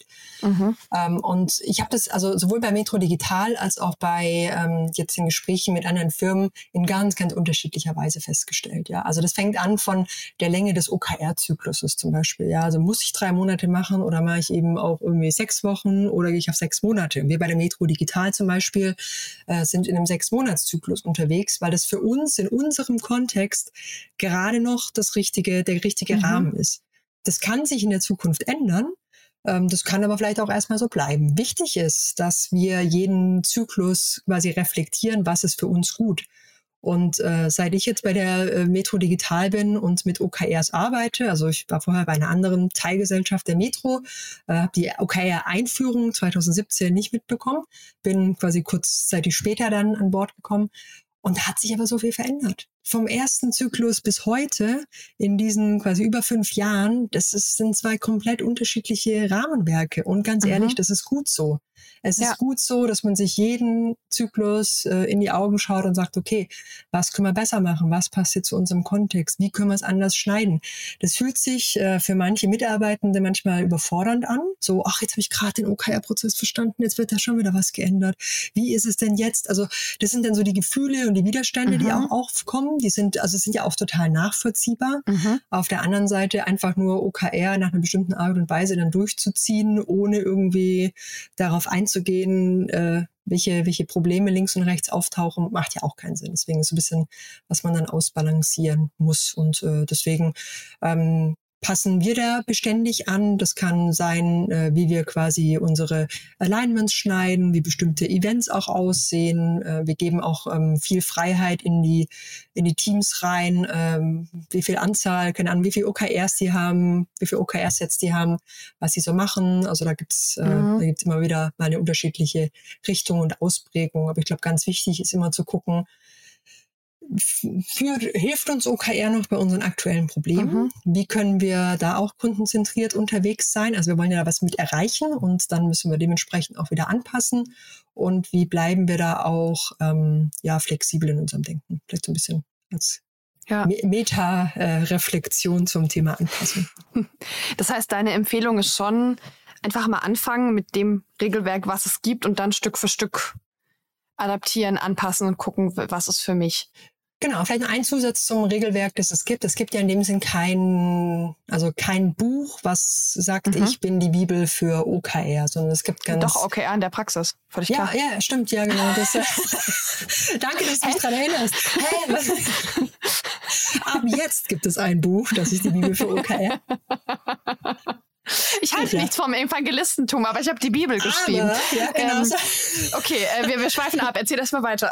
Und ich habe das also sowohl bei Metro Digital als auch bei jetzt in Gesprächen mit anderen Firmen in ganz, ganz unterschiedlicher Weise festgestellt. Ja, also das fängt an von der Länge des OKR-Zykluses zum Beispiel. Ja, also muss ich 3 Monate machen oder mache ich eben auch irgendwie 6 Wochen oder gehe ich auf 6 Monate? Wir bei der Metro Digital zum Beispiel sind in einem 6-Monats-Zyklus unterwegs, weil das für uns in unserem Kontext gerade noch der richtige Rahmen ist. Das kann sich in der Zukunft ändern. Das kann aber vielleicht auch erstmal so bleiben. Wichtig ist, dass wir jeden Zyklus quasi reflektieren, was ist für uns gut. Und seit ich jetzt bei der Metro Digital bin und mit OKRs arbeite, also ich war vorher bei einer anderen Teilgesellschaft der Metro, habe die OKR-Einführung 2017 nicht mitbekommen, bin quasi kurzzeitig später dann an Bord gekommen. Und da hat sich aber so viel verändert. Vom ersten Zyklus bis heute, in diesen quasi über 5 Jahren, sind 2 komplett unterschiedliche Rahmenwerke. Und ganz ehrlich, das ist gut so. Es ist gut so, dass man sich jeden Zyklus in die Augen schaut und sagt, okay, was können wir besser machen? Was passt hier zu unserem Kontext? Wie können wir es anders schneiden? Das fühlt sich für manche Mitarbeitende manchmal überfordernd an. So, ach, jetzt habe ich gerade den OKR-Prozess verstanden, jetzt wird da schon wieder was geändert. Wie ist es denn jetzt? Also das sind dann so die Gefühle und die Widerstände, die auch aufkommen. Die sind ja auch total nachvollziehbar. Auf der anderen Seite einfach nur OKR nach einer bestimmten Art und Weise dann durchzuziehen, ohne irgendwie darauf einzugehen, welche Probleme links und rechts auftauchen, macht ja auch keinen Sinn. Deswegen ist so ein bisschen, was man dann ausbalancieren muss. Und deswegen passen wir da beständig an. Das kann sein, wie wir quasi unsere Alignments schneiden, wie bestimmte Events auch aussehen. Wir geben auch viel Freiheit in die Teams rein, wie viel Anzahl, keine Ahnung, wie viel OKRs die haben, wie viel OKR-Sets die haben, was sie so machen. Also da gibt's immer wieder mal eine unterschiedliche Richtung und Ausprägung. Aber ich glaube, ganz wichtig ist immer zu gucken, hilft uns OKR noch bei unseren aktuellen Problemen? Wie können wir da auch kundenzentriert unterwegs sein? Also wir wollen ja da was mit erreichen und dann müssen wir dementsprechend auch wieder anpassen. Und wie bleiben wir da auch flexibel in unserem Denken? Vielleicht so ein bisschen als Meta-Reflexion zum Thema Anpassung. Das heißt, deine Empfehlung ist schon, einfach mal anfangen mit dem Regelwerk, was es gibt und dann Stück für Stück adaptieren, anpassen und gucken, was ist für mich. Genau, vielleicht noch ein Zusatz zum Regelwerk, das es gibt. Es gibt ja in dem Sinn kein Buch, was sagt, ich bin die Bibel für OKR, sondern es gibt ganz... Doch, OKR in der Praxis, völlig klar. Ja, stimmt, ja genau. Das, danke, dass du mich daran erinnerst. Ab jetzt gibt es ein Buch, das ist die Bibel für OKR. Ich halte nichts vom Evangelistentum, aber ich habe die Bibel geschrieben. Ja, genau. Okay, wir schweifen ab. Erzähl das mal weiter.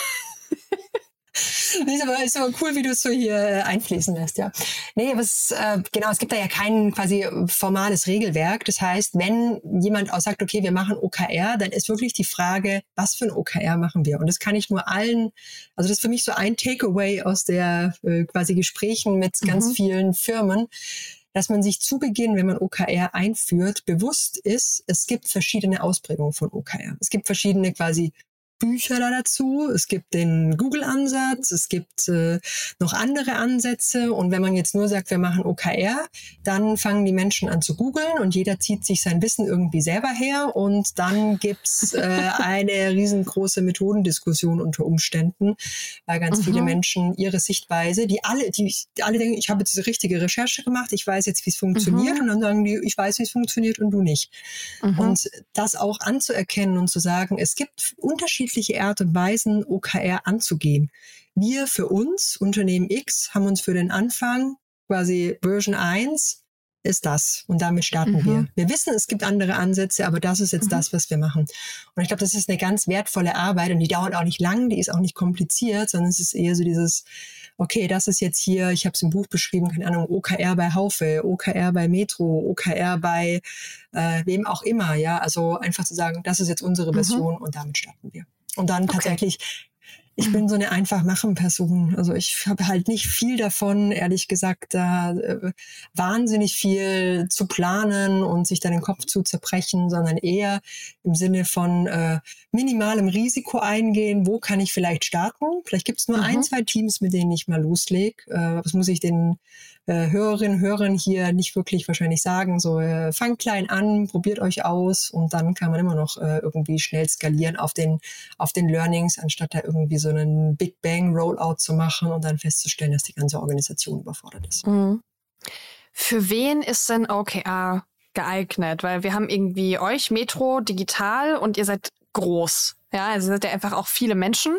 Ist aber cool, wie du es so hier einfließen lässt, ja. Nee, es gibt da ja kein quasi formales Regelwerk. Das heißt, wenn jemand auch sagt, okay, wir machen OKR, dann ist wirklich die Frage, was für ein OKR machen wir? Und das kann ich nur allen, also das ist für mich so ein Takeaway aus der quasi Gesprächen mit ganz vielen Firmen, dass man sich zu Beginn, wenn man OKR einführt, bewusst ist, es gibt verschiedene Ausprägungen von OKR. Es gibt verschiedene quasi Bücher da dazu. Es gibt den Google-Ansatz, es gibt noch andere Ansätze. Und wenn man jetzt nur sagt, wir machen OKR, dann fangen die Menschen an zu googeln und jeder zieht sich sein Wissen irgendwie selber her. Und dann gibt's eine riesengroße Methodendiskussion unter Umständen, weil ganz viele Menschen ihre Sichtweise, die alle denken, ich habe jetzt diese richtige Recherche gemacht, ich weiß jetzt, wie es funktioniert. Und dann sagen die, ich weiß, wie es funktioniert und du nicht. Und das auch anzuerkennen und zu sagen, es gibt unterschiedliche Art und Weisen, OKR anzugehen. Wir für uns, Unternehmen X, haben uns für den Anfang quasi Version 1 ist das und damit starten wir. Wir wissen, es gibt andere Ansätze, aber das ist jetzt das, was wir machen. Und ich glaube, das ist eine ganz wertvolle Arbeit und die dauert auch nicht lang, die ist auch nicht kompliziert, sondern es ist eher so dieses, okay, das ist jetzt hier, ich habe es im Buch beschrieben, keine Ahnung, OKR bei Haufe, OKR bei Metro, OKR bei wem auch immer, ja, also einfach zu sagen, das ist jetzt unsere Version und damit starten wir. Und dann tatsächlich, ich bin so eine Einfach-Machen-Person. Also ich habe halt nicht viel davon, ehrlich gesagt, da wahnsinnig viel zu planen und sich dann den Kopf zu zerbrechen, sondern eher im Sinne von minimalem Risiko eingehen. Wo kann ich vielleicht starten? Vielleicht gibt es nur 1, 2 Teams, mit denen ich mal loslege. Das muss ich den Hörerinnen und Hörern hier nicht wirklich wahrscheinlich sagen. So, fangt klein an, probiert euch aus und dann kann man immer noch irgendwie schnell skalieren auf den Learnings, anstatt da irgendwie so einen Big Bang Rollout zu machen und dann festzustellen, dass die ganze Organisation überfordert ist. Für wen ist denn OKR geeignet? Weil wir haben irgendwie euch, Metro, digital und ihr seid groß. Ja, also seid ja einfach auch viele Menschen.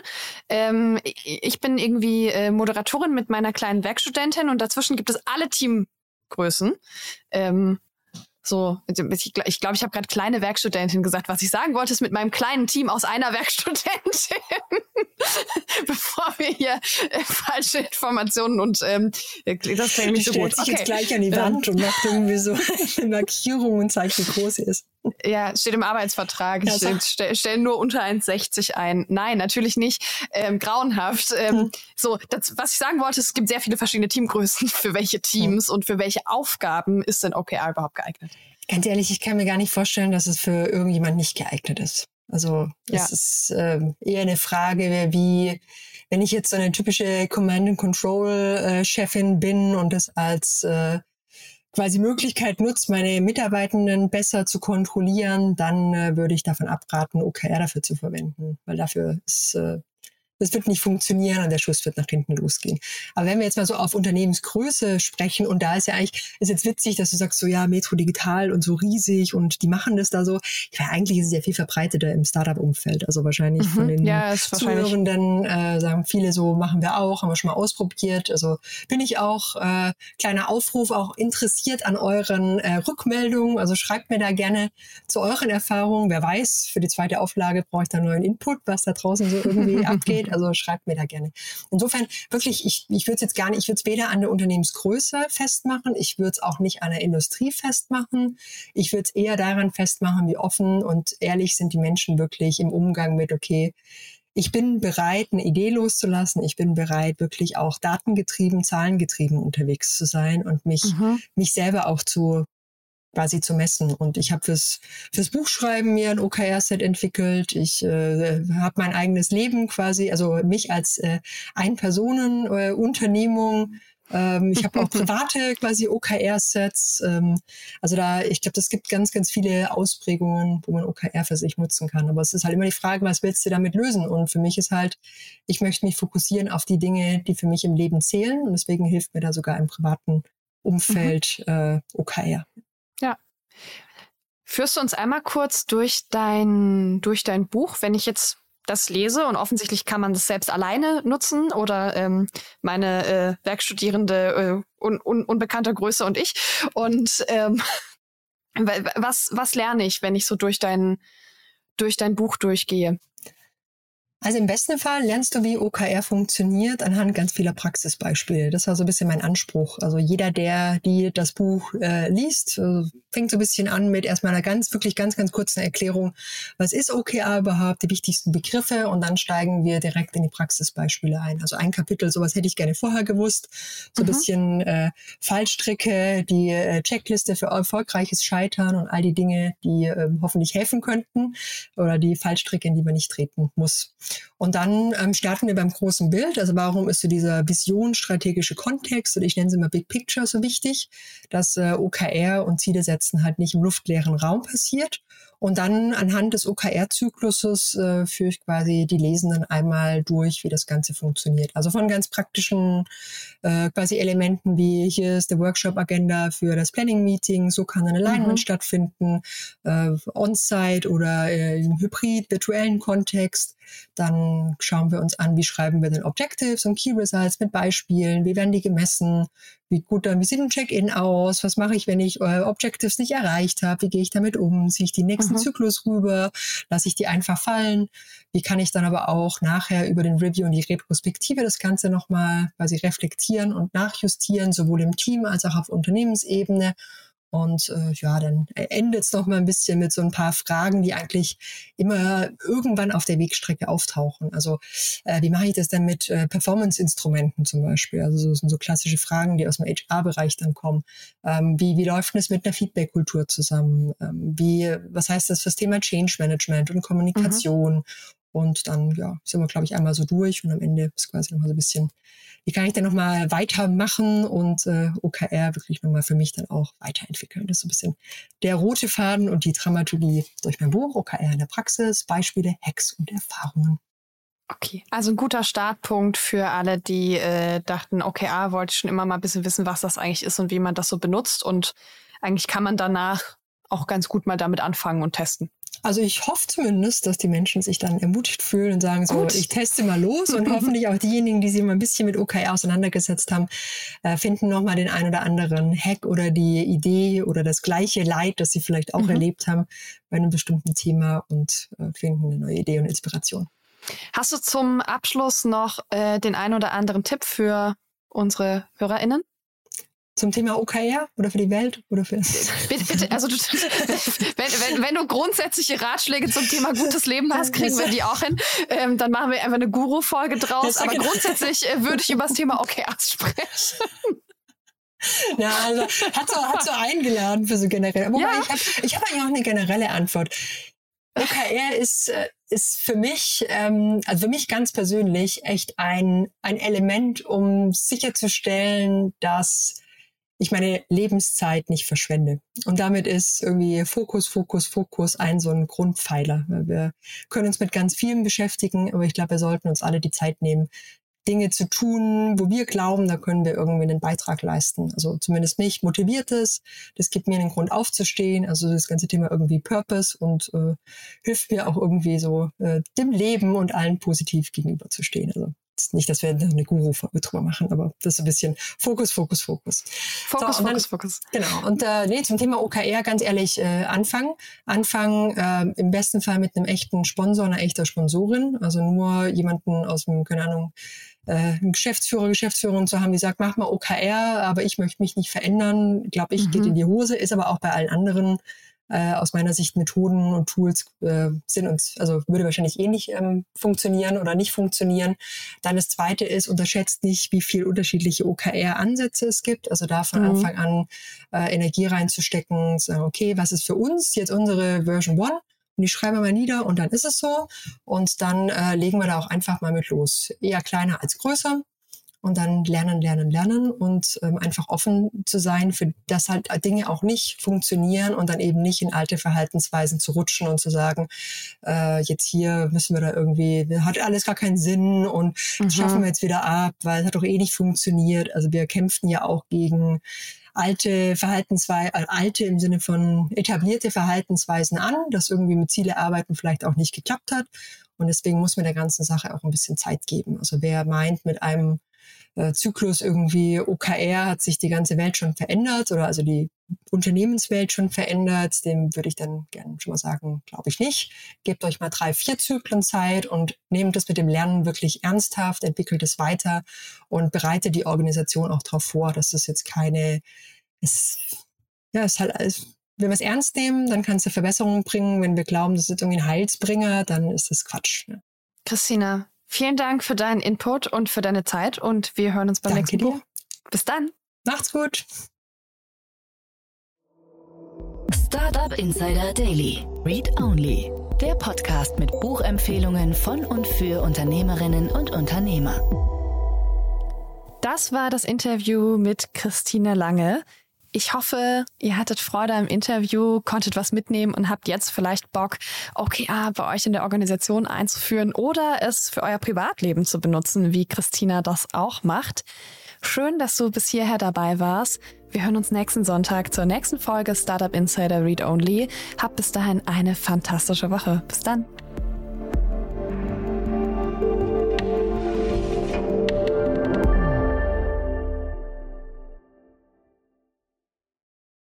Ich bin irgendwie Moderatorin mit meiner kleinen Werkstudentin und dazwischen gibt es alle Teamgrößen. Ich glaube, ich habe gerade kleine Werkstudentin gesagt. Was ich sagen wollte, ist mit meinem kleinen Team aus einer Werkstudentin, bevor wir hier falsche Informationen und das klingt nicht so gut. Stellt sich jetzt gleich an die Wand und macht irgendwie so eine Markierung und zeigt, wie groß sie ist. Ja, steht im Arbeitsvertrag. Ich stelle nur unter 1,60 ein. Nein, natürlich nicht. Grauenhaft. Was ich sagen wollte, es gibt sehr viele verschiedene Teamgrößen. Für welche Teams und für welche Aufgaben ist denn OKR überhaupt geeignet? Ganz ehrlich, ich kann mir gar nicht vorstellen, dass es für irgendjemand nicht geeignet ist. Also es ist eher eine Frage, wie, wenn ich jetzt so eine typische Command-and-Control-Chefin bin und das als quasi Möglichkeit nutzt, meine Mitarbeitenden besser zu kontrollieren, dann würde ich davon abraten, OKR dafür zu verwenden. Weil dafür ist Das wird nicht funktionieren und der Schuss wird nach hinten losgehen. Aber wenn wir jetzt mal so auf Unternehmensgröße sprechen, und da ist ja eigentlich, ist jetzt witzig, dass du sagst, so ja, Metro Digital und so riesig und die machen das da so. Ja, eigentlich ist es ja viel verbreiteter im Startup-Umfeld. Also wahrscheinlich von den Zuhörenden sagen viele so, machen wir auch, haben wir schon mal ausprobiert. Also bin ich auch, kleiner Aufruf, auch interessiert an euren Rückmeldungen. Also schreibt mir da gerne zu euren Erfahrungen. Wer weiß, für die zweite Auflage brauche ich da neuen Input, was da draußen so irgendwie abgeht. Also schreibt mir da gerne. Insofern wirklich, ich würde es jetzt gar nicht, ich würde es weder an der Unternehmensgröße festmachen, ich würde es auch nicht an der Industrie festmachen. Ich würde es eher daran festmachen, wie offen und ehrlich sind die Menschen wirklich im Umgang mit, okay, ich bin bereit, eine Idee loszulassen. Ich bin bereit, wirklich auch datengetrieben, zahlengetrieben unterwegs zu sein und mich selber auch quasi zu messen. Und ich habe fürs Buchschreiben mir ein OKR-Set entwickelt. Ich habe mein eigenes Leben quasi, also mich als Ein-Personen-Unternehmung. Ich habe auch private quasi OKR-Sets. Also ich glaube, es gibt ganz, ganz viele Ausprägungen, wo man OKR für sich nutzen kann. Aber es ist halt immer die Frage, was willst du damit lösen? Und für mich ist halt, ich möchte mich fokussieren auf die Dinge, die für mich im Leben zählen. Und deswegen hilft mir da sogar im privaten Umfeld OKR. Ja. Führst du uns einmal kurz durch dein Buch, wenn ich jetzt das lese, und offensichtlich kann man das selbst alleine nutzen, oder meine Werkstudierende unbekannter Größe und ich. Und was lerne ich, wenn ich so durch dein Buch durchgehe? Also im besten Fall lernst du, wie OKR funktioniert, anhand ganz vieler Praxisbeispiele. Das war so ein bisschen mein Anspruch. Also jeder, die das Buch liest, fängt so ein bisschen an mit erstmal einer wirklich ganz, ganz kurzen Erklärung. Was ist OKR überhaupt? Die wichtigsten Begriffe, und dann steigen wir direkt in die Praxisbeispiele ein. Also ein Kapitel, sowas hätte ich gerne vorher gewusst. So ein bisschen Fallstricke, die Checkliste für erfolgreiches Scheitern und all die Dinge, die hoffentlich helfen könnten, oder die Fallstricke, in die man nicht treten muss. Und dann starten wir beim großen Bild. Also warum ist so dieser visionsstrategische Kontext, oder ich nenne es immer Big Picture, so wichtig, dass OKR und Ziele setzen halt nicht im luftleeren Raum passiert. Und dann anhand des OKR-Zykluses führe ich quasi die Lesenden einmal durch, wie das Ganze funktioniert. Also von ganz praktischen quasi Elementen wie, hier ist die Workshop-Agenda für das Planning-Meeting, so kann ein Alignment stattfinden, on-site oder im hybrid-virtuellen Kontext. Dann schauen wir uns an, wie schreiben wir denn Objectives und Key Results mit Beispielen, wie werden die gemessen, wie sieht ein Check-in aus, was mache ich, wenn ich Objectives nicht erreicht habe, wie gehe ich damit um, ziehe ich die nächsten Zyklus rüber, lasse ich die einfach fallen, wie kann ich dann aber auch nachher über den Review und die Retrospektive das Ganze nochmal quasi reflektieren und nachjustieren, sowohl im Team als auch auf Unternehmensebene. Und dann endet es noch mal ein bisschen mit so ein paar Fragen, die eigentlich immer irgendwann auf der Wegstrecke auftauchen. Also wie mache ich das denn mit Performance-Instrumenten zum Beispiel? Also das sind so klassische Fragen, die aus dem HR-Bereich dann kommen. Wie läuft es mit einer Feedback-Kultur zusammen? Was heißt das für das Thema Change-Management und Kommunikation? Und dann sind wir, glaube ich, einmal so durch, und am Ende ist quasi noch mal so ein bisschen, wie kann ich denn nochmal weitermachen und OKR wirklich nochmal für mich dann auch weiterentwickeln. Das ist so ein bisschen der rote Faden und die Dramaturgie durch mein Buch OKR in der Praxis, Beispiele, Hacks und Erfahrungen. Okay, also ein guter Startpunkt für alle, die dachten, OKR, wollte ich schon immer mal ein bisschen wissen, was das eigentlich ist und wie man das so benutzt. Und eigentlich kann man danach auch ganz gut mal damit anfangen und testen. Also ich hoffe zumindest, dass die Menschen sich dann ermutigt fühlen und sagen so, ich teste mal los, und hoffentlich auch diejenigen, die sich mal ein bisschen mit OKR auseinandergesetzt haben, finden nochmal den ein oder anderen Hack oder die Idee oder das gleiche Leid, das sie vielleicht auch erlebt haben bei einem bestimmten Thema, und finden eine neue Idee und Inspiration. Hast du zum Abschluss noch den ein oder anderen Tipp für unsere HörerInnen? Zum Thema OKR oder für die Welt oder für... Bitte, also wenn du grundsätzliche Ratschläge zum Thema gutes Leben hast, kriegen wir die auch hin. Dann machen wir einfach eine Guru-Folge draus. Aber grundsätzlich würde ich über das Thema OKRs sprechen. Ja, also hat so eingeladen für so generell. Wobei ich habe eigentlich auch eine generelle Antwort. OKR ist für mich, also für mich ganz persönlich, echt ein Element, um sicherzustellen, dass ich meine Lebenszeit nicht verschwende. Und damit ist irgendwie Fokus ein so ein Grundpfeiler. Wir können uns mit ganz vielen beschäftigen, aber ich glaube, wir sollten uns alle die Zeit nehmen, Dinge zu tun, wo wir glauben, da können wir irgendwie einen Beitrag leisten. Also zumindest mich motiviert es. Das gibt mir einen Grund aufzustehen. Also das ganze Thema irgendwie Purpose und hilft mir auch irgendwie so dem Leben und allen positiv gegenüberzustehen. Also nicht, dass wir eine Guru-Folge drüber machen, aber das ist ein bisschen Fokus. Fokus. Genau. Und zum Thema OKR, ganz ehrlich, anfangen im besten Fall mit einem echten Sponsor, einer echten Sponsorin. Also nur jemanden aus dem, keine Ahnung, einen Geschäftsführerin zu haben, die sagt, mach mal OKR, aber ich möchte mich nicht verändern, glaube ich, geht in die Hose, ist aber auch bei allen anderen aus meiner Sicht Methoden und Tools sind uns, also würde wahrscheinlich nicht funktionieren oder nicht funktionieren. Dann das Zweite ist, unterschätzt nicht, wie viel unterschiedliche OKR-Ansätze es gibt. Also da von Anfang an Energie reinzustecken, sagen, okay, was ist für uns jetzt unsere Version 1? Und die schreiben wir mal nieder und dann ist es so. Und dann legen wir da auch einfach mal mit los. Eher kleiner als größer. Und dann lernen und einfach offen zu sein, für das halt Dinge auch nicht funktionieren und dann eben nicht in alte Verhaltensweisen zu rutschen und zu sagen, jetzt hier müssen wir da irgendwie, hat alles gar keinen Sinn und das schaffen wir jetzt wieder ab, weil es hat doch eh nicht funktioniert. Also wir kämpften ja auch gegen alte Verhaltensweisen, alte im Sinne von etablierte Verhaltensweisen an, dass irgendwie mit Zielearbeiten vielleicht auch nicht geklappt hat. Und deswegen muss man der ganzen Sache auch ein bisschen Zeit geben. Also wer meint, mit einem Zyklus irgendwie OKR hat sich die ganze Welt schon verändert oder also die Unternehmenswelt schon verändert, dem würde ich dann gerne schon mal sagen, glaube ich nicht. Gebt euch mal 3-4 Zyklen Zeit und nehmt das mit dem Lernen wirklich ernsthaft, entwickelt es weiter und bereitet die Organisation auch darauf vor, dass es jetzt ist halt alles. Wenn wir es ernst nehmen, dann kann es eine Verbesserung bringen. Wenn wir glauben, das ist irgendwie ein Heilsbringer, dann ist das Quatsch. Ne? Christina, vielen Dank für deinen Input und für deine Zeit und wir hören uns beim nächsten Buch. Bis dann. Macht's gut. Startup Insider Daily. Read Only. Der Podcast mit Buchempfehlungen von und für Unternehmerinnen und Unternehmer. Das war das Interview mit Christina Lange. Ich hoffe, ihr hattet Freude am Interview, konntet was mitnehmen und habt jetzt vielleicht Bock, OKR bei euch in der Organisation einzuführen oder es für euer Privatleben zu benutzen, wie Christina das auch macht. Schön, dass du bis hierher dabei warst. Wir hören uns nächsten Sonntag zur nächsten Folge Startup Insider Read Only. Habt bis dahin eine fantastische Woche. Bis dann.